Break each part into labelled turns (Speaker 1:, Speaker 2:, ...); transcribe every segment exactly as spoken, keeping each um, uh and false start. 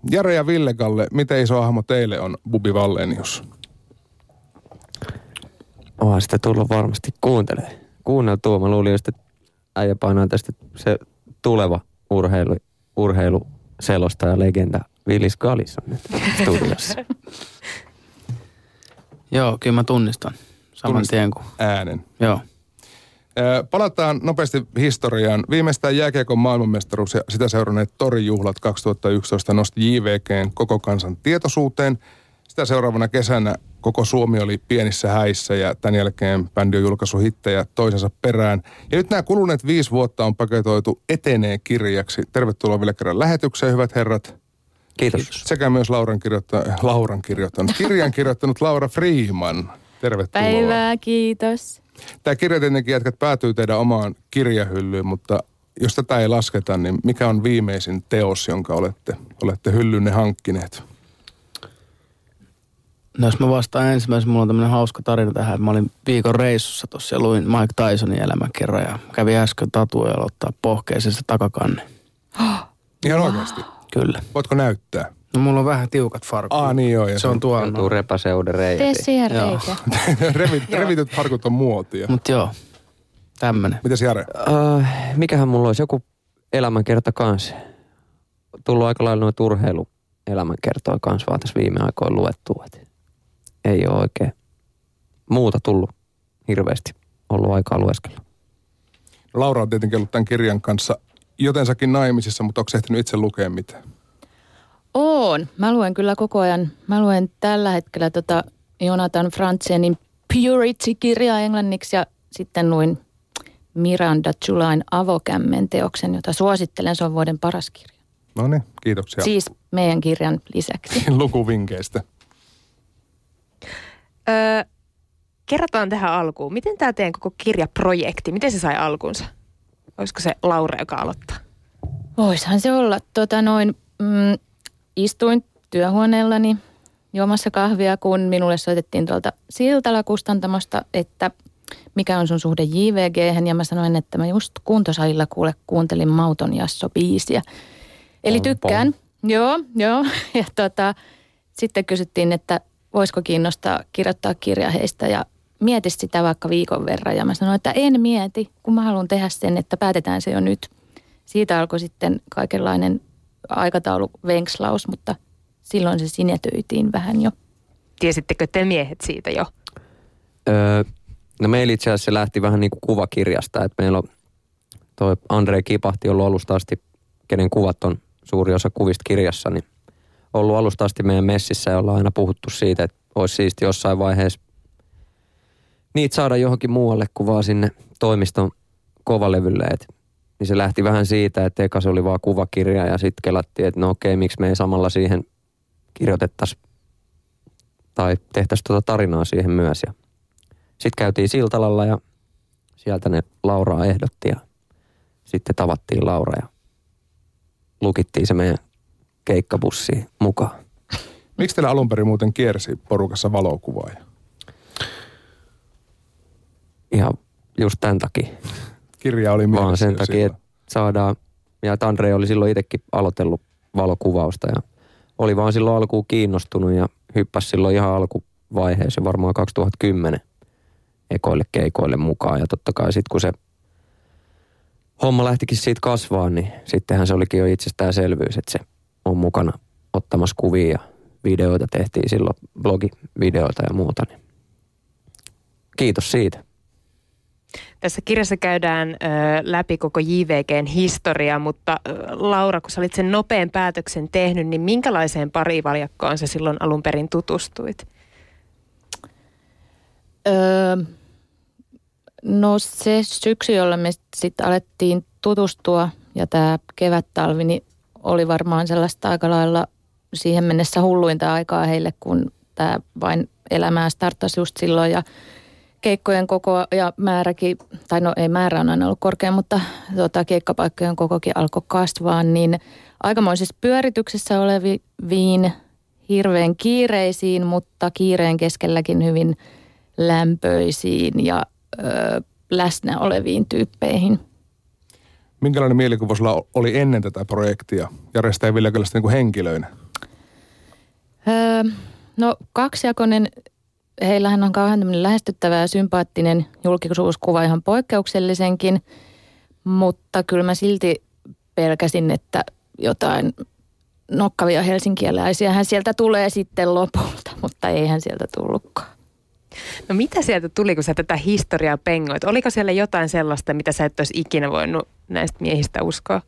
Speaker 1: Jare ja Ville-Kalle, miten iso hahmo teille on Bubi Wallenius?
Speaker 2: Onhan sitä tullut varmasti kuuntelee. Kuunneltua. Mä luulin, että äijä painaa tästä se tuleva urheilu, urheiluselostaja legenda Willis Gallis on nyt studiossa.
Speaker 3: Joo, kyllä mä tunnistan. Saman
Speaker 1: Tunnistan
Speaker 3: tien kuin.
Speaker 1: äänen.
Speaker 3: Joo.
Speaker 1: Palataan nopeasti historiaan. Viimeistään jääkiekon maailmanmestaruus ja sitä seuranneet Torijuhlat kaksituhattayksitoista nosti J V G:n koko kansan tietoisuuteen. Sitä seuraavana kesänä koko Suomi oli pienissä häissä ja tämän jälkeen bändi on julkaissut hittejä toisensa perään. Ja nyt nämä kuluneet viisi vuotta on paketoitu Etenee kirjaksi. Tervetuloa vielä kerran lähetykseen, hyvät herrat.
Speaker 2: Kiitos.
Speaker 1: Sekä myös Lauran, kirjoitta- Lauran kirjoittanut, kirjan kirjoittanut Laura Freeman. Tervetuloa.
Speaker 4: Päivää, kiitos.
Speaker 1: Tämä kirja tietenkin jätkät päätyy teidän omaan kirjahyllyyn, mutta jos tätä ei lasketa, niin mikä on viimeisin teos, jonka olette, olette hyllynne hankkineet?
Speaker 3: No jos mä vastaan ensimmäisenä, mulla on tämmönen hauska tarina tähän. Mä olin viikon reissussa tossa ja luin Mike Tysonin elämäkerran ja kävin äsken tatuoilla ottaa pohkeeseen se takakanne.
Speaker 1: Ihan oikeasti?
Speaker 3: Kyllä.
Speaker 1: Voitko näyttää?
Speaker 3: No mulla on vähän tiukat farkut.
Speaker 1: Aa niin joo. Ja
Speaker 3: se on tuolla.
Speaker 2: Joutuu repäseude reijä.
Speaker 4: Tee siihen reikä.
Speaker 1: Revit, revityt farkut on muotia.
Speaker 3: Mut joo, tämmönen.
Speaker 1: Mitäs Jare?
Speaker 2: Uh, mikähän mulla olisi? Joku elämänkerta kanssa. Tullut aika lailla noita urheiluelämänkertoja kanssa vaan tässä viime aikoina luettua. Ei ole oikein muuta tullut hirveästi. Ollut aikaa lueskella.
Speaker 1: Laura on tietenkin ollut tämän kirjan kanssa jotensakin naimisissa, mutta onko ehtinyt itse lukea mitään?
Speaker 4: Oon. Mä luen kyllä koko ajan. Mä luen tällä hetkellä tota Jonathan Franzenin Purity-kirjaa englanniksi ja sitten luin Miranda Julien Avokämmen teoksen, jota suosittelen. Se on vuoden paras kirja.
Speaker 1: No niin, kiitoksia.
Speaker 4: Siis meidän kirjan lisäksi.
Speaker 1: Lukuvinkkeistä.
Speaker 5: Öö, kerrotaan tähän alkuun. Miten tämä teidän koko kirjaprojekti, miten se sai alkunsa? Olisiko se Laura, joka aloittaa?
Speaker 4: Voishan se olla. Tota noin, mm, istuin työhuoneellani juomassa kahvia, kun minulle soitettiin tuolta Siltala-kustantamosta, että mikä on sun suhde J V G:hen. Ja mä sanoin, että mä just kuntosalilla kuule kuuntelin Mauton Jasso-biisiä. Eli tykkään. Joo, joo. Ja tota, sitten kysyttiin, että voisiko kiinnostaa kirjoittaa kirja heistä ja mieti sitä vaikka viikon verran. Ja mä sanoin, että en mieti, kun mä haluan tehdä sen, että päätetään se jo nyt. Siitä alkoi sitten kaikenlainen aikataulu venkslaus, mutta silloin se sinetöitiin vähän jo.
Speaker 5: Tiesittekö te miehet siitä jo?
Speaker 2: Öö, no meillä itse asiassa se lähti vähän niin kuin kuvakirjasta, että meillä on toi Andre Kipahti ollut alusta asti, kenen kuvat on suuri osa kuvista kirjassa, niin ollut alusta asti meidän messissä ja ollaan aina puhuttu siitä, että olisi siisti jossain vaiheessa niitä saada johonkin muualle kuin vaan sinne toimiston kovalevylle. Et, niin se lähti vähän siitä, että eka se oli vaan kuvakirja ja sitten kelattiin, että no okei, miksi me ei samalla siihen kirjoitettaisiin tai tehtäisiin tuota tarinaa siihen myös. Sitten käytiin Siltalalla ja sieltä ne Lauraa ehdotti ja sitten tavattiin Laura ja lukittiin se meidän keikkabussiin mukaan.
Speaker 1: Miksi teillä alun perin muuten kiersi porukassa valokuvaaja?
Speaker 2: Ihan just tämän takia.
Speaker 1: Kirja oli mielessä.
Speaker 2: Vaan sen takia, että saadaan, ja Andre oli silloin itsekin aloitellut valokuvausta ja oli vaan silloin alkuun kiinnostunut ja hyppäsi silloin ihan alkuvaiheessa varmaan kaksituhattakymmenen ekoille keikoille mukaan. Ja totta kai sitten kun se homma lähtikin siitä kasvaa, niin sittenhän se olikin jo itsestäänselvyys, että se on mukana ottamassa kuvia ja videoita tehtiin silloin, blogivideoita ja muuta. Niin kiitos siitä.
Speaker 5: Tässä kirjassa käydään ö, läpi koko J V G:n historia, mutta ö, Laura, kun sä olit sen nopean päätöksen tehnyt, niin minkälaiseen parivaljakkoon sä silloin alun perin tutustuit?
Speaker 4: Öö, no se syksy, jolla me sitten alettiin tutustua ja tämä kevät-talvi, niin oli varmaan sellaista aika lailla siihen mennessä hulluinta aikaa heille, kun tämä vain elämää starttasi just silloin ja keikkojen koko ja määräkin, tai no ei määrä on aina ollut korkea, mutta tota, keikkapaikkojen kokokin alkoi kasvaa, niin aikamoisessa pyörityksessä oleviin hirveän kiireisiin, mutta kiireen keskelläkin hyvin lämpöisiin ja ö, läsnä oleviin tyyppeihin.
Speaker 1: Minkälainen mielikuva sulla oli ennen tätä projektia Jaresta ja Ville-Kalasta niin kuin henkilöinä?
Speaker 4: Öö, no kaksijakoinen, heillähän on kauhean tämmöinen lähestyttävä ja sympaattinen julkisuuskuva ihan poikkeuksellisenkin, mutta kyllä mä silti pelkäsin, että jotain nokkavia helsinkiläisiähän sieltä tulee sitten lopulta, mutta eihän sieltä tullutkaan.
Speaker 5: No mitä sieltä tuli, kun sä tätä historiaa pengoit? Oliko siellä jotain sellaista, mitä sä et olisi ikinä voinut näistä miehistä uskoa?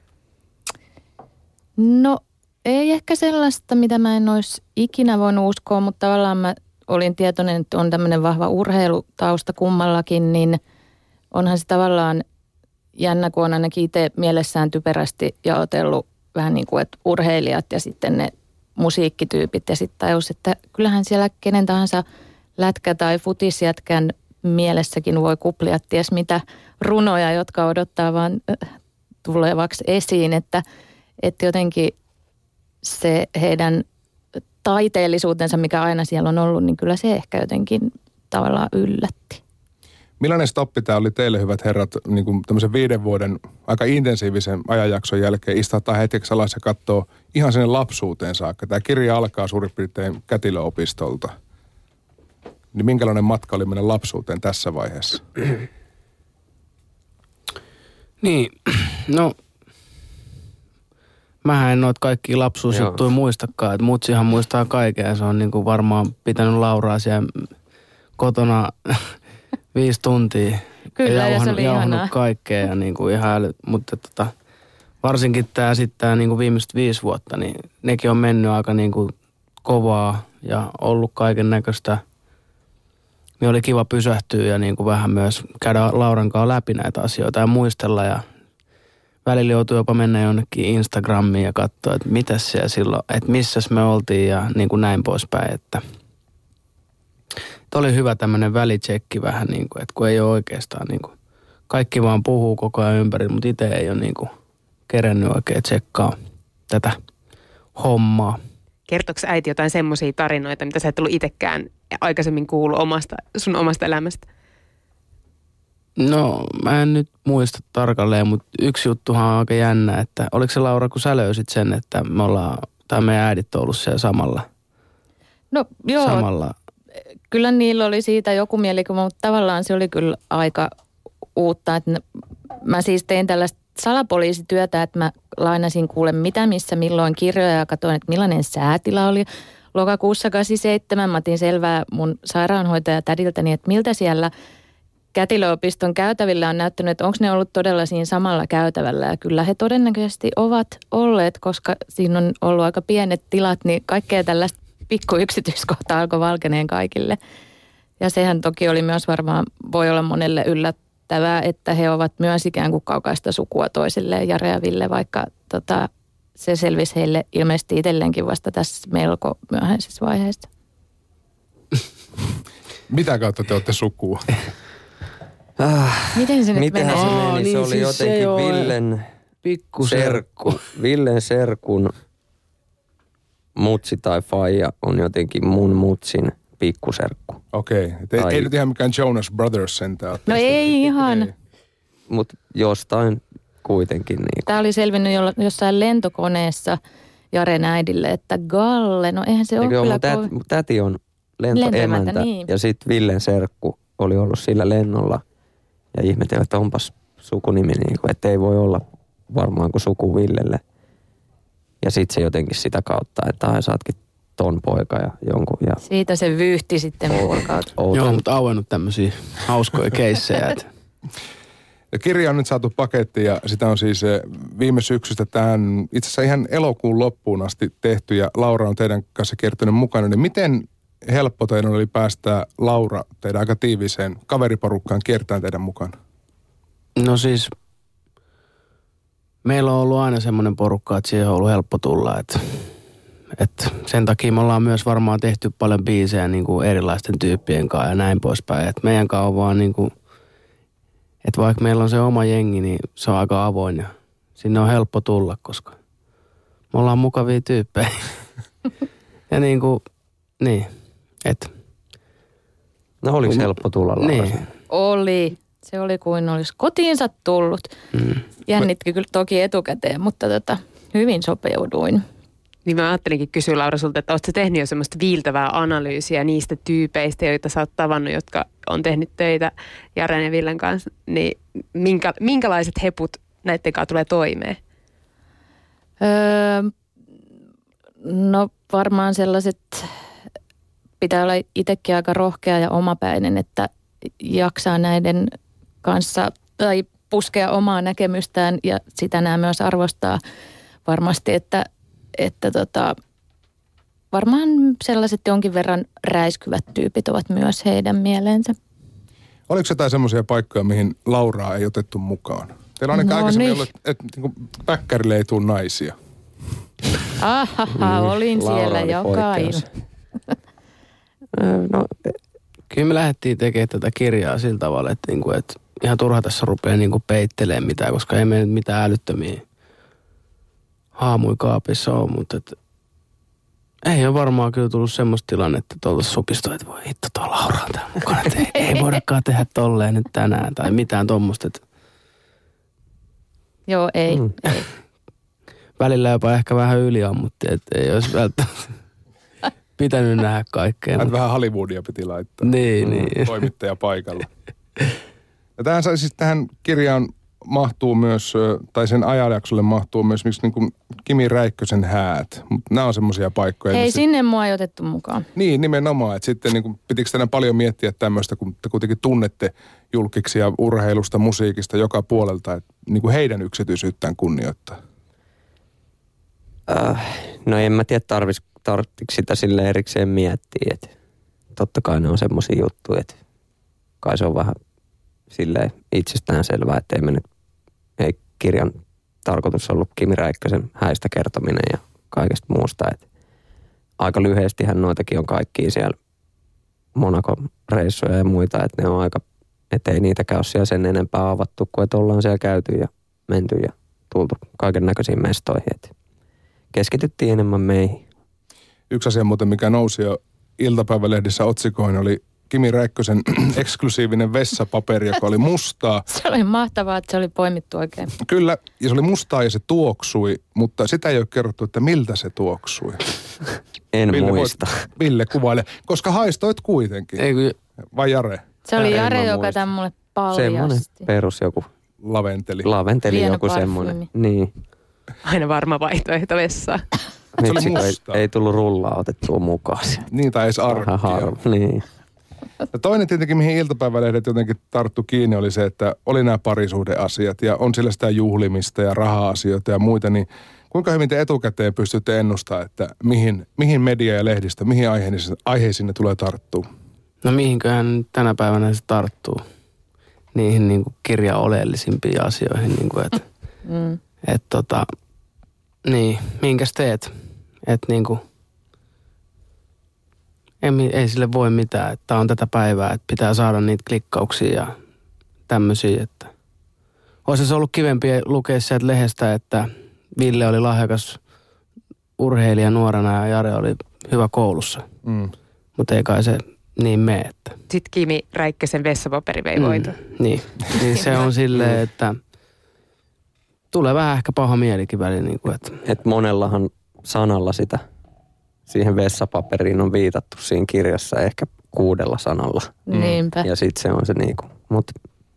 Speaker 4: No ei ehkä sellaista, mitä mä en olisi ikinä voinut uskoa, mutta tavallaan mä olin tietoinen, että on tämmöinen vahva urheilutausta kummallakin, niin onhan se tavallaan jännä, kun on ainakin itse mielessään typerästi jaotellut vähän niin kuin, että urheilijat ja sitten ne musiikkityypit ja sitten tajus, että kyllähän siellä kenen tahansa lätkä- tai futisjätkän mielessäkin voi kuplia ties mitä runoja, jotka odottaa vaan tulevaksi esiin, että, että jotenkin se heidän taiteellisuutensa, mikä aina siellä on ollut, niin kyllä se ehkä jotenkin tavallaan yllätti.
Speaker 1: Millainen stoppi tämä oli teille, hyvät herrat, niin kuin tämmöisen viiden vuoden aika intensiivisen ajanjakson jälkeen istutaan hetkeksi alas ja katsoo ihan sinne lapsuuteen saakka. Tämä kirja alkaa suurin piirtein kätilöopistolta. Niin minkälainen matka oli mennä lapsuuteen tässä vaiheessa?
Speaker 3: Niin, no mähän en noita kaikkia lapsuusjuttuja muistakaan. Että mutsihan muistaa kaiken ja se on niin kuin varmaan pitänyt Lauraa siellä kotona viisi tuntia.
Speaker 4: Kyllä, ja,
Speaker 3: ja
Speaker 4: se oli ihanaa.
Speaker 3: Kaikkea ja niin kuin ihan äly, mutta tota, varsinkin tämä sitten tämä niin kuin viimeiset viisi vuotta, niin nekin on mennyt aika niin kuin kovaa ja ollut kaiken näköistä. Niin oli kiva pysähtyä ja niin kuin vähän myös käydä Lauran kanssa läpi näitä asioita ja muistella ja välillä joutui jopa mennä jonnekin Instagramiin ja katsoa, että mitäs siellä silloin, että missäs me oltiin ja niin kuin näin poispäin, että oli hyvä tämmöinen välitsekki vähän niin kuin, että kun ei ole oikeastaan niin kuin, kaikki vaan puhuu koko ajan ympäri, mutta itse ei ole niin kuin kerennyt oikein tsekkaa tätä hommaa.
Speaker 5: Kertoiko äiti jotain semmoisia tarinoita, mitä sä et ollut itsekään aikaisemmin kuullut omasta, sun omasta elämästä?
Speaker 3: No mä en nyt muista tarkalleen, mutta yksi juttuhan on aika jännä, että oliko se Laura, kun sä löysit sen, että me ollaan, tai meidän äidit on ollut siellä samalla?
Speaker 4: No joo.
Speaker 3: Samalla.
Speaker 4: Kyllä niillä oli siitä joku mielikuva, mutta tavallaan se oli kyllä aika uutta. Että mä siis tein tällaista salapoliisityötä, että mä lainasin kuule mitä missä milloin kirjoja ja katsoin, että millainen säätila oli. Lokakuussa kahdeksankymmentäseitsemän mä otin selvää mun sairaanhoitajatädiltäni, että miltä siellä kätilöopiston käytävillä on näyttänyt, että onko ne ollut todella siinä samalla käytävällä. Ja kyllä he todennäköisesti ovat olleet, koska siinä on ollut aika pienet tilat, niin kaikkea tällaista pikku yksityiskohta alkoi valkeneen kaikille. Ja sehän toki oli myös varmaan, voi olla monelle yllättävää, että he ovat myös ikään kuin kaukaista sukua toisilleen, Jare ja Ville, vaikka tota, se selvisi heille ilmeisesti itselleenkin vasta tässä melko myöhäisessä vaiheessa.
Speaker 1: Mitä kautta te olette sukua?
Speaker 2: Ah,
Speaker 4: Miten se nyt
Speaker 2: miten
Speaker 4: menee?
Speaker 2: se meni?
Speaker 3: Aa,
Speaker 2: Se
Speaker 3: niin
Speaker 2: oli
Speaker 3: siis
Speaker 2: jotenkin
Speaker 3: se
Speaker 2: Villen
Speaker 3: pikkuserkku.
Speaker 2: Villen serkun mutsi tai faija on jotenkin mun mutsin pikkuserkku.
Speaker 1: Okei. Okay. Ei, ei nyt ihan mikään Jonas Brothers sentään.
Speaker 4: No ei ihan.
Speaker 1: Ei.
Speaker 2: Mutta jostain kuitenkin. Niin
Speaker 4: Tämä oli selvinnyt jossain lentokoneessa Jaren äidille, että Galle, no eihän se ole
Speaker 2: Eikö
Speaker 4: kyllä...
Speaker 2: mun täti,
Speaker 4: kovin...
Speaker 2: täti on lentoemäntä
Speaker 4: niin.
Speaker 2: ja sitten Villen serkku oli ollut sillä lennolla ja ihmetellä, että onpas sukunimi, niin kuin, että ei voi olla varmaan kuin suku Villelle. Ja sitten se jotenkin sitä kautta, että ai saatkin ton poika ja jonkun. Ja
Speaker 4: Siitä se vyyhti sitten vuorokautta.
Speaker 3: Joo, mutta auennut tämmöisiä hauskoja keissejä. Että...
Speaker 1: Ja kirja on nyt saatu pakettiin ja sitä on siis viime syksystä tähän itse asiassa ihan elokuun loppuun asti tehty ja Laura on teidän kanssa kiertänyt mukana. Niin miten helppo teidän oli päästää Laura teidän aika tiiviiseen kaveriporukkaan kiertämään teidän mukana?
Speaker 3: No siis meillä on ollut aina semmoinen porukka, että siihen on ollut helppo tulla. Että, että sen takia me ollaan myös varmaan tehty paljon biisejä niin kuin erilaisten tyyppien kanssa ja näin poispäin. Että meidän kanssa on vaan niin kuin, että vaikka meillä on se oma jengi, niin se on aika avoin ja sinne on helppo tulla, koska me ollaan mukavia tyyppejä. Ja niin kuin, niin, että.
Speaker 2: No oliko helppo tulla Laura?
Speaker 3: Niin.
Speaker 4: Oli. Se oli kuin olisi kotiinsa tullut. Mm. Jännitti kyllä toki etukäteen, mutta tota, hyvin sopeuduin.
Speaker 5: Niin mä ajattelinkin kysyä Laura sulta, että ootko sä tehnyt jo semmoista viiltävää analyysiä niistä tyypeistä, joita sä oot tavannut, jotka on tehnyt töitä Jaren ja Villen kanssa, niin minkä, minkälaiset heput näiden kanssa tulee toimeen?
Speaker 4: Öö, no varmaan sellaiset, pitää olla itsekin aika rohkea ja omapäinen, että jaksaa näiden kanssa tai puskea omaa näkemystään ja sitä nämä myös arvostaa varmasti, että, että tota, varmaan sellaiset jonkin verran räiskyvät tyypit ovat myös heidän mieleensä.
Speaker 1: Oliko jotain semmoisia paikkoja, mihin Lauraa ei otettu mukaan? Teillä on ainakin
Speaker 4: No
Speaker 1: aikaisemmin
Speaker 4: niin.
Speaker 1: ollut, että, että niin päkkärille ei tule naisia.
Speaker 4: Ahaha, olin
Speaker 2: Laura
Speaker 4: siellä
Speaker 2: oli
Speaker 4: joka
Speaker 2: poikkeus.
Speaker 4: ilta.
Speaker 2: No,
Speaker 3: Kyllä me lähdettiin tekemään tätä kirjaa sillä tavalla, että, niinku, että ihan turha tässä rupeaa niinku peittelemään mitään, koska ei meillä mitään älyttömiä haamuja kaapissa ole, mutta et, ei ole varmaan kyllä tullut semmoista tilannetta, että oltaisiin supistu, että voi hitto, tuo Laura on täällä mukana, että ei, ei voidakaan tehdä tolleen nyt tänään tai mitään tuommoista.
Speaker 4: Joo, ei,
Speaker 2: Mm.
Speaker 4: ei.
Speaker 3: Välillä jopa ehkä vähän yliammuttiin, että ei olisi välttämättä pitänyt nähdä kaikkea.
Speaker 1: Että
Speaker 3: Mutta...
Speaker 1: vähän Hollywoodia piti laittaa.
Speaker 3: Niin, niin.
Speaker 1: Toimittaja paikalla. Ja tähän, siis tähän kirjaan mahtuu myös, tai sen ajanjaksolle mahtuu myös miksi niin kuin Kimi Räikkösen häät. Mutta nämä on semmoisia paikkoja.
Speaker 4: Hei,
Speaker 1: missä...
Speaker 4: sinne mua ei otettu mukaan.
Speaker 1: Niin, nimenomaan. Että sitten niin kuin, pitikö tänään paljon miettiä tämmöistä, kun te kuitenkin tunnette julkiksia urheilusta, musiikista joka puolelta, että niin kuin heidän yksityisyyttään kunnioittaa.
Speaker 2: Äh, no en mä tiedä, tarvis, tarvitsiko sitä sille erikseen miettiä. Että totta kai ne on semmoisia juttuja, että kai se on vähän silleen itsestään selvää, että ei me nyt, ei kirjan tarkoitus ollut Kimi Räikkösen häistä kertominen ja kaikesta muusta. Että aika lyhyestihän noitakin on kaikkia siellä Monaco-reissuja ja muita, että ne on aika, että ei niitäkään ole siellä sen enempää avattu, kuin että ollaan siellä käyty ja menty ja tultu kaiken näköisiin mestoihin. Että keskityttiin enemmän meihin.
Speaker 1: Yksi asia muuten, mikä nousi jo iltapäivälehdissä otsikoin, oli Kimi Räikkösen eksklusiivinen vessapaperi, joka oli mustaa.
Speaker 4: Se oli mahtavaa, että se oli poimittu oikein.
Speaker 1: Kyllä, ja se oli mustaa ja se tuoksui, mutta sitä ei ole kerrottu, että miltä se tuoksui.
Speaker 2: En
Speaker 1: Ville,
Speaker 2: muista.
Speaker 1: Voit, Ville kuvaile, koska haistoit kuitenkin.
Speaker 3: Ei, kun
Speaker 1: Vai Jare?
Speaker 4: Se oli
Speaker 2: En
Speaker 4: Jare,
Speaker 2: mä
Speaker 4: joka
Speaker 2: muista.
Speaker 4: tämän mulle
Speaker 2: Semmoinen
Speaker 4: paljasti.
Speaker 2: perus joku
Speaker 1: Laventeli.
Speaker 2: laventeli,
Speaker 4: Hieno
Speaker 2: joku
Speaker 4: parfyymi.
Speaker 2: semmoinen. Niin.
Speaker 5: Aina varma vaihtoehto vessaan.
Speaker 1: Se oli
Speaker 2: Vitsi, ei,
Speaker 1: mustaa.
Speaker 2: ei tullut rullaa otettua mukaan.
Speaker 1: Niin, tai edes
Speaker 2: Vähän
Speaker 1: arkkia.
Speaker 2: harva. Niin.
Speaker 1: Ja toinen tietenkin, mihin iltapäivälehdet jotenkin tarttu kiinni, oli se, että oli nämä parisuhdeasiat ja on sillä sitä juhlimista ja raha-asioita ja muita, niin kuinka hyvin te etukäteen pystytte ennustamaan, että mihin, mihin media ja lehdistö, mihin aiheisiin, aiheisiin ne tulee tarttua?
Speaker 3: No mihinköhän tänä päivänä se tarttuu? Niihin niin kuin kirjan oleellisimpiin asioihin. Niin kuin, että
Speaker 4: Mm.
Speaker 3: et, tota, niin, minkäs teet? Että niin kuin, ei, ei sille voi mitään, että on tätä päivää, että pitää saada niitä klikkauksia ja tämmöisiä, että olisi se ollut kivempi lukea sieltä lehdestä, että Ville oli lahjakas urheilija nuorena ja Jare oli hyvä koulussa.
Speaker 1: Mm.
Speaker 3: Mutta ei kai se niin mene, että...
Speaker 5: Sitten Kimi Räikkösen vessapaperi vei voiton.
Speaker 3: Mm, niin, niin se on silleen, että tulee vähän ehkä paha mielikin väliin. Niin kuin, että...
Speaker 2: Et monellahan sanalla sitä siihen vessapaperiin on viitattu siinä kirjassa ehkä kuudella sanalla.
Speaker 4: Niinpä.
Speaker 2: Ja sit se on se niinku, mut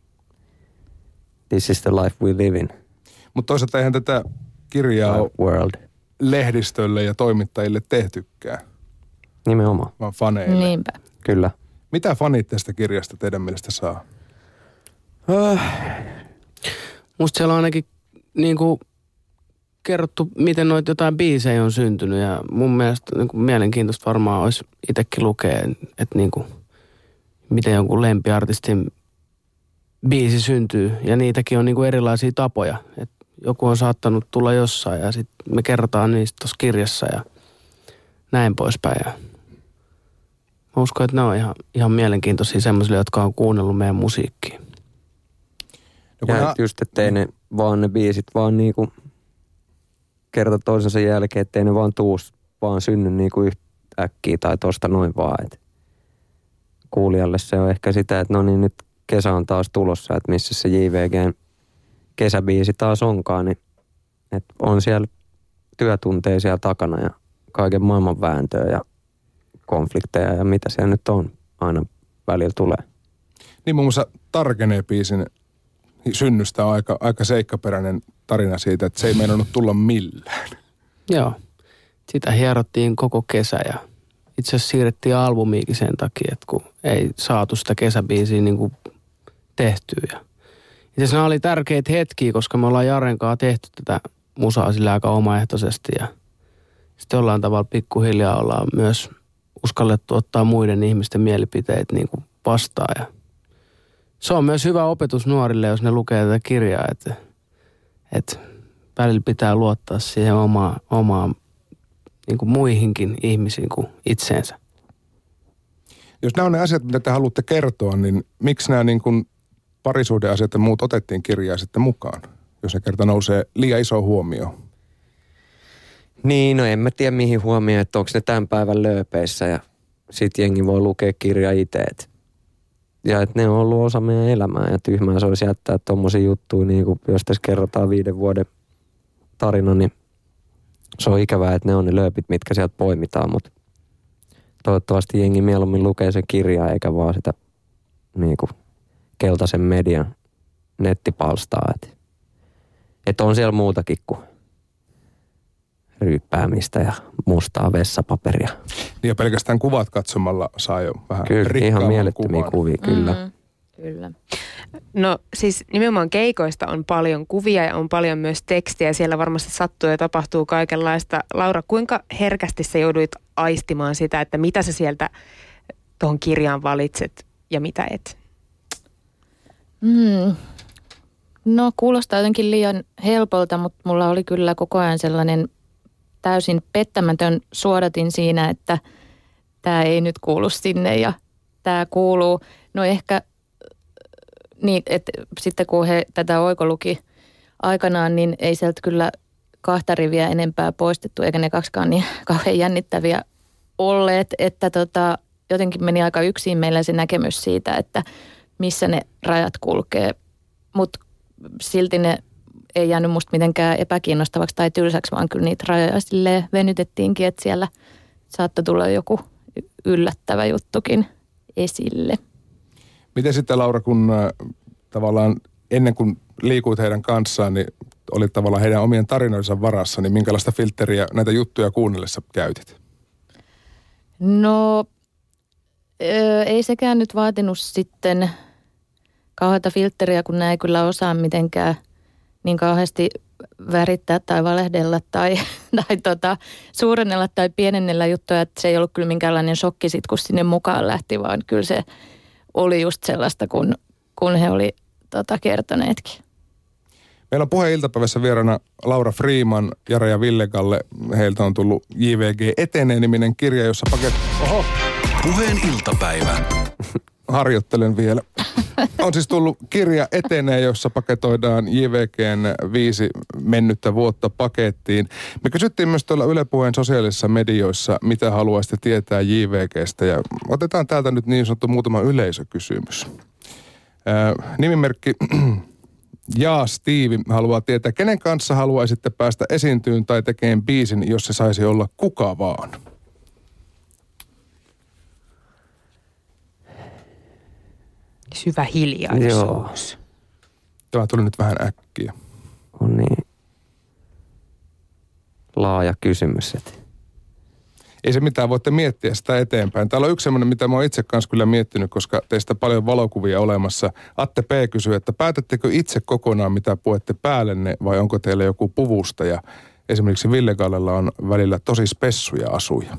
Speaker 2: this is the life we live in,
Speaker 1: Mutta toisaalta eihän tätä kirjaa ole
Speaker 2: world.
Speaker 1: lehdistölle ja toimittajille tehtykään,
Speaker 2: Nimenomaan,
Speaker 1: vaan faneille.
Speaker 4: Niinpä.
Speaker 2: kyllä.
Speaker 1: Mitä fanit tästä kirjasta teidän mielestä saa?
Speaker 3: Musta siellä on ainakin niin kuin kerrottu, miten noita jotain biisejä on syntynyt. Ja mun mielestä niin kuin mielenkiintoista varmaan olisi itsekin lukea, että niin kuin, miten jonkun lempiartistin biisi syntyy. Ja niitäkin on niin kuin erilaisia tapoja. Et joku on saattanut tulla jossain ja sitten me kerrotaan niistä tuossa kirjassa ja näin poispäin. Ja mä uskon, että ne on ihan, ihan mielenkiintoisia semmoisille, jotka on kuunnellut meidän musiikkia.
Speaker 1: No, kun
Speaker 2: Ja
Speaker 1: nää-
Speaker 2: just, ettei ne vaan ne biisit vaan niinku kerta toisensa jälkeen, ettei ne vaan tuus, vaan synny niinku yhtäkkiä tai tosta noin vaan. Et kuulijalle se on ehkä sitä, että no niin nyt kesä on taas tulossa, että missä se J V G:n kesäbiisi taas onkaan, niin että on siellä työtunteja siellä takana ja kaiken maailman vääntöä ja konflikteja ja mitä se nyt on aina välillä tulee.
Speaker 1: Niin muun muassa Tarkenee biisin synnystä on aika, aika seikkaperäinen tarina siitä, että se ei meinannut tulla millään.
Speaker 3: Joo. Sitä hierottiin koko kesä ja itse asiassa siirrettiin albumiikin sen takia, että kun ei saatu sitä kesäbiisiä niin kuin tehtyä. Ja itse asiassa nämä oli tärkeitä hetkiä, koska me ollaan Jaren kanssa tehty tätä musaa sillä aika omaehtoisesti ja sitten jollain tavalla pikkuhiljaa ollaan myös uskallettu ottaa muiden ihmisten mielipiteet niin kuin vastaan. Ja se on myös hyvä opetus nuorille, jos ne lukee tätä kirjaa, että, että välillä pitää luottaa siihen omaan, omaan niin kuin muihinkin ihmisiin kuin itseensä.
Speaker 1: Jos nämä on ne asiat, mitä te haluatte kertoa, niin miksi nämä niin kuin parisuhdeasiat ja muut otettiin kirjaa sitten mukaan, jos ne kerta nousee liian iso huomioon?
Speaker 2: Niin, no en mä tiedä mihin huomioon, että onko ne tämän päivän lööpeissä ja sit jengi voi lukea kirja itse. Ja että ne on ollut osa meidän elämää ja tyhmää se olisi jättää tommosia juttuja, niin kuin jos tässä kerrotaan viiden vuoden tarina, niin se on ikävää, että ne on ne lööpit, mitkä sieltä poimitaan, mutta toivottavasti jengi mieluummin lukee sen kirjaa eikä vaan sitä niin kuin keltaisen median nettipalstaa. Että et on siellä muutakin kuin ryyppäämistä ja mustaa vessapaperia.
Speaker 1: Niin ja pelkästään kuvat katsomalla saa jo vähän
Speaker 2: kyllä, ihan mielettömiä kuvan. Kuvia, kyllä.
Speaker 4: Mm, kyllä.
Speaker 5: No siis nimenomaan keikoista on paljon kuvia ja on paljon myös tekstiä. Siellä varmasti sattuu ja tapahtuu kaikenlaista. Laura, kuinka herkästi sä jouduit aistimaan sitä, että mitä sä sieltä tuohon kirjaan valitset ja mitä et?
Speaker 4: Mm. No kuulostaa jotenkin liian helpolta, mutta mulla oli kyllä koko ajan sellainen täysin pettämätön suodatin siinä, että tämä ei nyt kuulu sinne ja tämä kuuluu. No ehkä niin, että sitten kun he tätä oikoluki aikanaan, niin ei sieltä kyllä kahta riviä enempää poistettu, eikä ne kaksikaan niin kauhean jännittäviä olleet, että tota, jotenkin meni aika yksin meillä se näkemys siitä, että missä ne rajat kulkee, mutta silti ne ei jäänyt musta mitenkään epäkiinnostavaksi tai tylsäksi, vaan kyllä niitä rajoja silleen venytettiinkin, että siellä saattoi tulla joku yllättävä juttukin esille.
Speaker 1: Miten sitten Laura, kun äh, tavallaan ennen kuin liikuit heidän kanssaan, niin olit tavallaan heidän omien tarinoidensa varassa, niin minkälaista filtteriä näitä juttuja kuunnellessa käytit?
Speaker 4: No ö, ei sekään nyt vaatinut sitten kauheata filtteriä, kun nämä ei kyllä osaa mitenkään niin kauheasti värittää tai valehdella tai, tai tota, suurennella tai pienennellä juttuja, että se ei ollut kyllä minkäänlainen shokki sit, kun sinne mukaan lähti, vaan kyllä se oli just sellaista, kun, kun he oli tota, kertoneetkin.
Speaker 1: Meillä on Puheen iltapäivässä vieraana Laura Freeman, Jare ja Villegalle. Heiltä on tullut J V G Etenee-niminen kirja, jossa paket... Oho!
Speaker 6: Puheen iltapäivä.
Speaker 1: Harjoittelen vielä. On siis tullut kirja Etenee, jossa paketoidaan J V G:n viisi mennyttä vuotta pakettiin. Me kysyttiin myös tuolla Yle Puheen sosiaalisissa medioissa, mitä haluaisitte tietää J V G:stä. Ja otetaan täältä nyt niin sanottu muutama yleisökysymys. Ää, nimimerkki Jaa Steve haluaa tietää, kenen kanssa haluaisitte päästä esiintyyn tai tekemään biisin, jos se saisi olla kuka vaan?
Speaker 5: Syvä hiljaisuus.
Speaker 1: Tämä tuli nyt vähän äkkiä.
Speaker 2: On niin laaja kysymys, että
Speaker 1: ei se mitään, voitte miettiä sitä eteenpäin. Täällä on yksi semmoinen, mitä mä oon itse kanssa kyllä miettinyt, koska teistä paljon valokuvia olemassa. Atte P. kysyy, että päätättekö itse kokonaan, mitä puette päällenne, vai onko teillä joku puvusta? Ja esimerkiksi Villegallella on välillä tosi spessuja asuja.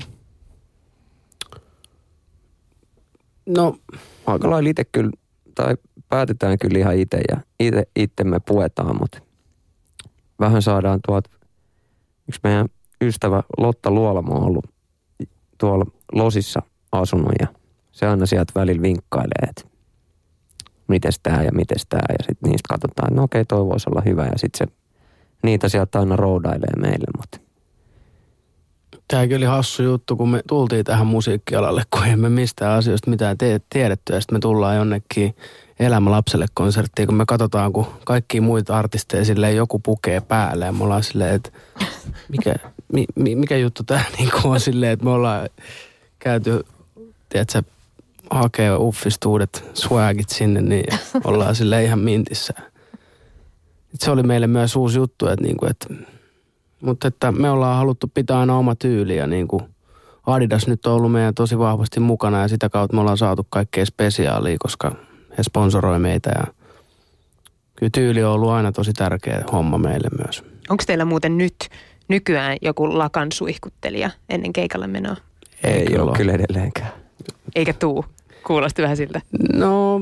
Speaker 3: No,
Speaker 2: aika lailla itse kyllä, tai päätetään kyllä ihan itse ja itse, itse me puetaan, mutta vähän saadaan tuolta, yksi meidän ystävä Lotta Luolamo on ollut tuolla Losissa asunut ja se aina sieltä välillä vinkkailee, että mites tää ja mites tää ja sitten niistä katsotaan, että no okei, toi voisi olla hyvä ja sitten se niitä sieltä aina roudailee meille, mutta
Speaker 3: tämäkin oli hassu juttu, kun me tultiin tähän musiikkialalle, kun emme mistään asioista mitään te- tiedetty ja sitten me tullaan jonnekin Elämä lapselle -konserttiin, kun me katsotaan, kun kaikki muita artisteja silleen joku pukee päälle ja me ollaan silleen, että mikä, mi, mi, mikä juttu tää niin on silleen, että me ollaan käyty, tiedätkö, hakee uffista uudet swagit sinne, niin ollaan silleen ihan mintissä. Et se oli meille myös uusi juttu, että, niinku, että, mutta että me ollaan haluttu pitää aina oma tyyli ja niinku Adidas nyt on ollut meidän tosi vahvasti mukana ja sitä kautta me ollaan saatu kaikkea spesiaalia, koska he sponsoroi meitä ja kyllä tyyli on ollut aina tosi tärkeä homma meille myös.
Speaker 5: Onko teillä muuten nyt nykyään joku lakan suihkuttelija ennen keikalle menoa?
Speaker 2: Ei,
Speaker 3: Ei
Speaker 2: ole
Speaker 3: ole.
Speaker 2: kyllä edelleenkään.
Speaker 5: Eikä tuu. Kuulosti vähän siltä.
Speaker 3: No,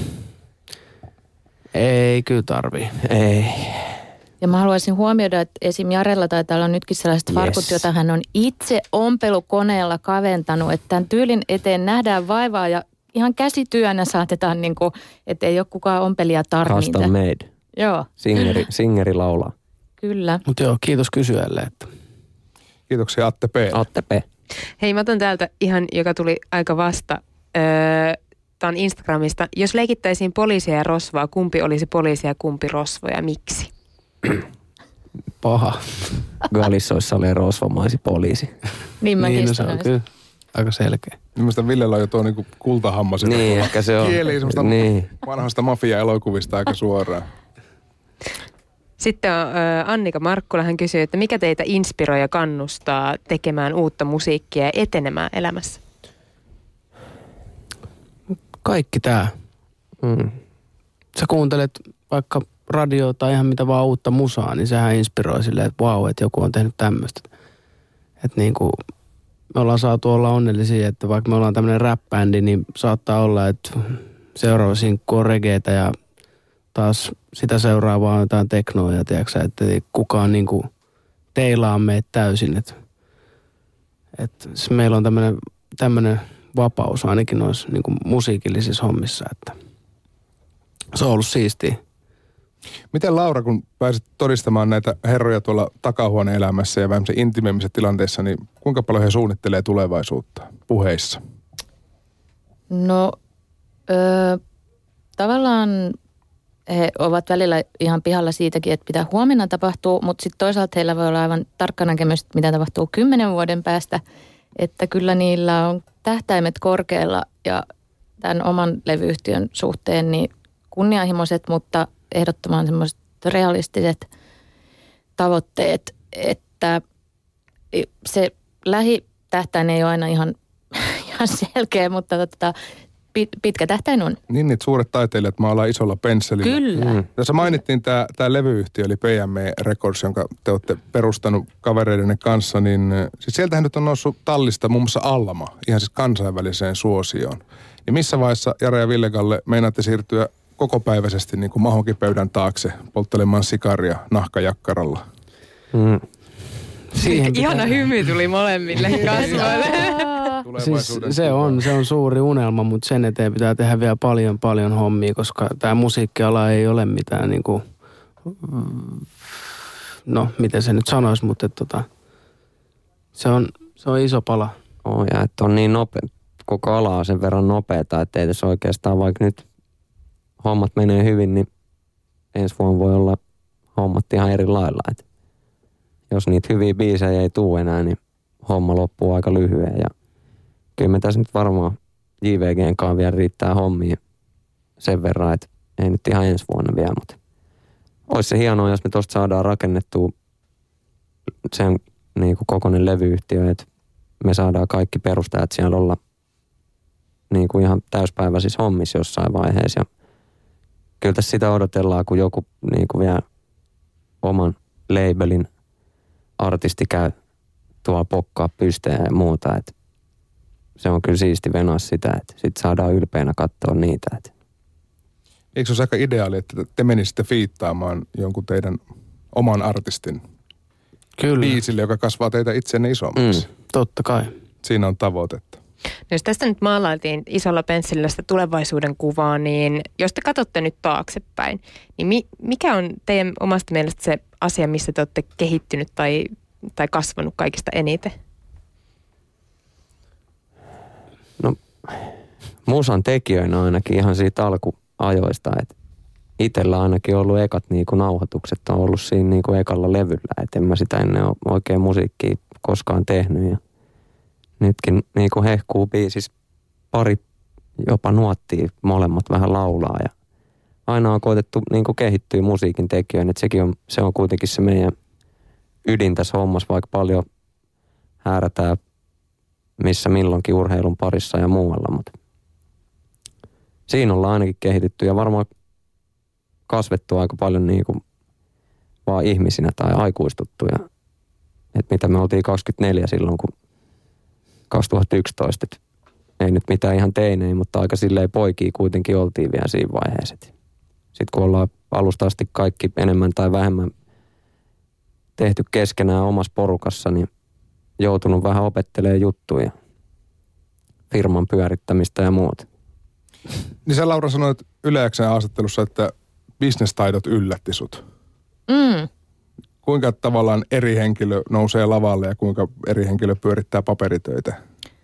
Speaker 3: ei kyllä tarvii.
Speaker 2: Ei.
Speaker 4: Ja mä haluaisin huomioida, että esim. Jarella taitaa olla nytkin sellaiset farkut,
Speaker 2: Yes.
Speaker 4: joita hän on itse ompelukoneella kaventanut. Että tämän tyylin eteen nähdään vaivaa ja ihan käsityönä saatetaan, niin kuin, että ei ole kukaan ompelija tarvita.
Speaker 2: Custom made.
Speaker 4: Joo,
Speaker 2: Singeri, singeri laulaa.
Speaker 4: kyllä.
Speaker 3: Mutta joo, kiitos kysyjälle. Että.
Speaker 1: Kiitoksia Atte P.
Speaker 2: Atte P.
Speaker 5: Hei, mä otan täältä ihan, joka tuli aika vasta. Öö, Tämä on Instagramista. Jos leikittäisiin poliisia ja rosvoa, kumpi olisi poliisia ja kumpi rosvo ja miksi?
Speaker 3: Paha.
Speaker 2: Galissoissa oli rosvomaisi poliisi.
Speaker 4: Niin mäkin
Speaker 3: Niin, no se on
Speaker 4: sanoisin.
Speaker 3: kyllä aika selkeä.
Speaker 1: Mielestäni Villellä on jo tuo niinku kultahammas. joka
Speaker 2: Niin,
Speaker 1: tuo
Speaker 2: ehkä se on.
Speaker 1: Kieli semmoista
Speaker 2: Niin.
Speaker 1: vanhasta mafia-elokuvista aika suoraan.
Speaker 5: Sitten on ö, Annika Markkula, hän kysyy, että mikä teitä inspiroi ja kannustaa tekemään uutta musiikkia ja etenemään elämässä?
Speaker 3: Kaikki tää.
Speaker 2: Mm.
Speaker 3: Sä kuuntelet vaikka radioa tai ihan mitä vaan uutta musaa, niin sehän inspiroi silleen, että vau, että joku on tehnyt tämmöistä. Että niinku me ollaan saatu olla onnellisia, että vaikka me ollaan tämmöinen rap-bändi, niin saattaa olla, että seuraava sinkku on regeetä ja taas sitä seuraavaa on jotain teknoa ja tiedätkö, että ei kukaan niinku teilaa meitä täysin. Että et meillä on tämmöinen, tämmöinen vapaus ainakin noissa niinku musiikillisissa hommissa, että se on ollut siistiä.
Speaker 1: Miten Laura, kun pääsit todistamaan näitä herroja tuolla takahuoneen elämässä ja vähän intimeimmissä tilanteissa, niin kuinka paljon he suunnittelee tulevaisuutta puheissa?
Speaker 4: No, ö, tavallaan he ovat välillä ihan pihalla siitäkin, että mitä huomenna tapahtuu, mutta sitten toisaalta heillä voi olla aivan tarkka näkemys, mitä tapahtuu kymmenen vuoden päästä. Että kyllä niillä on tähtäimet korkealla ja tämän oman levyyhtiön suhteen niin kunnianhimoiset, mutta ehdottoman semmoiset realistiset tavoitteet, että se lähitähtäin ei ole aina ihan, ihan selkeä, mutta tota, pit, pitkä tähtäin on.
Speaker 1: Niin, niitä suuret taiteilijat maalaa isolla pensselillä.
Speaker 4: Kyllä.
Speaker 2: Mm.
Speaker 1: Tässä mainittiin tämä, tämä levyyhtiö, eli P M E Records, jonka te olette perustanut kavereidenne kanssa, niin siis sieltähän nyt on noussut tallista muun muassa Alma, ihan siis kansainväliseen suosioon. Niin missä vaiheessa Jare ja Villegalle meinaatte siirtyä kokopäiväisesti niin kuin mahokipöydän taakse polttelemaan sikaria nahkajakkaralla?
Speaker 2: Mm.
Speaker 3: Siihen
Speaker 5: Ihana
Speaker 3: pitää-
Speaker 5: hymy tuli molemmille kasvoille.
Speaker 3: Siis se on, se on suuri unelma, mutta sen eteen pitää tehdä vielä paljon, paljon hommia, koska tämä musiikkiala ei ole mitään niinku, no miten se nyt sanoisi, mutta et, tota, se, on, se on iso pala.
Speaker 2: Oh, ja että on niin nopea, koko ala on sen verran nopeata, että ei tässä oikeastaan vaikka nyt hommat menee hyvin, niin ensi vuonna voi olla hommat ihan eri lailla. Et jos niitä hyviä biisejä ei tule enää, niin homma loppuu aika lyhyen. Ja kyllä me tässä nyt varmaan J V G:n kanssa vielä riittää hommia sen verran, että ei nyt ihan ensi vuonna vielä, mutta olisi se hienoa, jos me tosta saadaan rakennettua sen niin kuin kokoinen levyyhtiö, että me saadaan kaikki perustajat siellä olla niin kuin ihan täyspäiväisissä hommissa jossain vaiheessa. Ja kyllä tässä sitä odotellaan, kun joku niin kuin vielä oman labelin artisti käy tuolla pokkaa pysteen ja muuta. Että se on kyllä siisti venaa sitä, että sitten saadaan ylpeänä katsoa niitä. Että
Speaker 1: Eikö se olisi aika ideaali, että te menisitte fiittaamaan jonkun teidän oman artistin
Speaker 3: Kyllä,
Speaker 1: biisille, joka kasvaa teitä itsenne isommaksi?
Speaker 2: Mm.
Speaker 3: totta kai.
Speaker 1: Siinä on tavoitetta.
Speaker 5: No jos tästä nyt maalailtiin isolla pensselillä sitä tulevaisuuden kuvaa, niin jos te katsotte nyt taaksepäin, niin mi, mikä on teidän omasta mielestä se asia, missä te olette kehittynyt tai, tai kasvanut kaikista eniten?
Speaker 2: no, musan tekijöinä ainakin ihan siitä alku, ajoista. Et itsellä ainakin ollut ekat niinku nauhoitukset on ollut siinä niinku ekalla levyllä. Et en mä sitä ennen ole oikein musiikkia koskaan tehnyt. Ja nytkin niinku hehkuu biisissä pari jopa nuottia, molemmat vähän laulaa. Ja aina on koetettu niinku kehittyä musiikin tekijöön. Et sekin on, se on kuitenkin se meidän ydin tässä hommassa, vaikka paljon häärätään missä milloinkin urheilun parissa ja muualla. Mutta siinä ollaan ainakin kehitytty ja varmaan kasvettu aika paljon niin kuin vaan ihmisinä tai aikuistuttu. Ja, että mitä me oltiin kaksikymmentäneljä silloin, kun kaksituhattayksitoista. Et ei nyt mitään ihan teinejä, mutta aika silleen poikia kuitenkin oltiin vielä siinä vaiheessa. Sitten kun ollaan alusta asti kaikki enemmän tai vähemmän tehty keskenään omassa porukassa, niin joutunut vähän opettelemaan juttuja, firman pyörittämistä ja muuta.
Speaker 1: Niin sä, Laura, sanoit Yle X:n haastattelussa, että bisnestaidot yllätti sut.
Speaker 4: Mm.
Speaker 1: Kuinka tavallaan eri henkilö nousee lavalle ja kuinka eri henkilö pyörittää paperitöitä?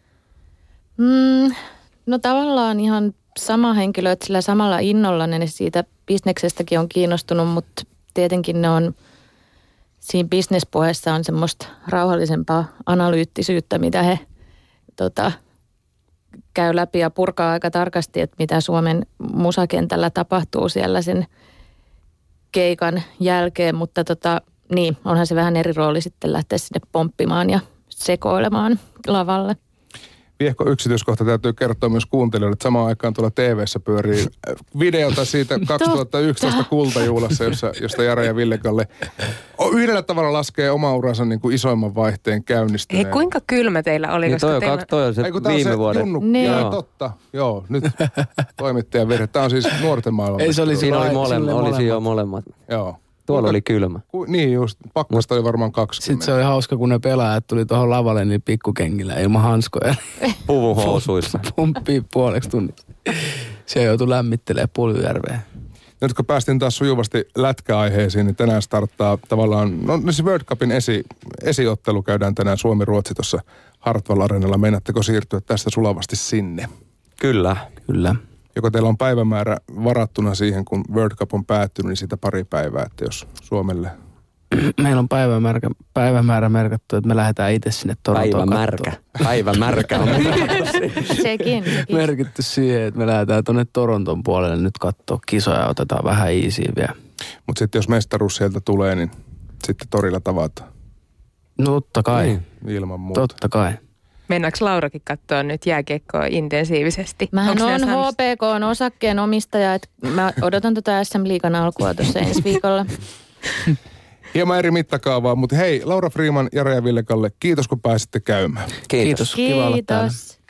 Speaker 4: Mm, no tavallaan ihan sama henkilö, että sillä samalla innolla ne siitä bisneksestäkin on kiinnostunut, mutta tietenkin ne on, siinä bisnespuheessa on semmoista rauhallisempaa analyyttisyyttä, mitä he tota, käy läpi ja purkaa aika tarkasti, että mitä Suomen musakentällä tapahtuu siellä sen keikan jälkeen, mutta tota, niin, onhan se vähän eri rooli sitten lähteä sinne pomppimaan ja sekoilemaan lavalle.
Speaker 1: Viehko yksityiskohta täytyy kertoa myös kuuntelijoille, että samaan aikaan tuolla T V:ssä pyörii videota siitä kaksituhattayksitoista kultajuhlassa, jossa, josta Jare ja Ville-Kalle yhdellä tavalla laskee oma uransa niin kuin isoimman vaihteen käynnistyneen.
Speaker 5: Hei, kuinka kylmä teillä oli?
Speaker 2: Niin toi on, teillä... toi on se
Speaker 1: Eiku,
Speaker 2: viime
Speaker 1: se
Speaker 2: vuoden.
Speaker 1: Junnu,
Speaker 4: niin.
Speaker 1: Joo, totta. Joo, nyt toimittajan virhe. Tämä on siis nuorten maailman.
Speaker 3: Ei, se oli
Speaker 2: siinä oli,
Speaker 3: molemmat.
Speaker 2: molemmat. Oli siinä jo molemmat.
Speaker 1: Joo.
Speaker 2: Tuolla
Speaker 1: Kuinka,
Speaker 2: oli kylmä.
Speaker 1: Ku, niin just, pakkasta oli varmaan kaksikymmentä.
Speaker 3: Sitten se oli hauska, kun ne pelaajat tuli tuohon lavalle niin pikkukengillä ilman hanskoja.
Speaker 2: Puvun housuissa.
Speaker 3: Pumppii puoleksi tunniksi. Se joutui lämmittelemään Puljujärveen.
Speaker 1: Nyt kun päästiin taas sujuvasti lätkäaiheisiin, niin tänään starttaa tavallaan, no se World Cupin esi, esiottelu käydään tänään Suomi-Ruotsi tuossa Hartwall Areenalla. Meinaatteko siirtyä tästä sulavasti sinne?
Speaker 2: Kyllä.
Speaker 3: Kyllä.
Speaker 1: Joko teillä on päivämäärä varattuna siihen, kun World Cup on päättynyt, niin siitä pari päivää, että jos Suomelle...
Speaker 3: Meillä on päivämäärä, päivämäärä merkattu, että me lähdetään itse sinne Torontoon
Speaker 2: Päivämärkä. Päivämärkä on
Speaker 4: Sekin, sekin.
Speaker 3: merkitty siihen, että me lähdetään tuonne Toronton puolelle nyt katsoa kisoja ja otetaan vähän easyä vielä.
Speaker 1: Mutta sitten jos mestaruus sieltä tulee, niin sitten torilla tavataan.
Speaker 3: No totta kai.
Speaker 1: Niin, ilman muuta.
Speaker 3: Totta kai.
Speaker 5: Mennäänkö Laurakin katsoa nyt jääkiekkoa intensiivisesti?
Speaker 4: Mähän
Speaker 5: Onks
Speaker 4: on
Speaker 5: ne
Speaker 4: H P K:n osakkeen omistaja, että mä odotan tuota S M-liigan alkua tuossa ensi viikolla.
Speaker 1: Hieman eri mittakaavaa, mutta hei, Laura Freeman, Jare ja Ville-Kalle, kiitos kun pääsitte käymään.
Speaker 2: Kiitos.
Speaker 3: Kiitos. Kiva olla täällä.
Speaker 4: Kiitos.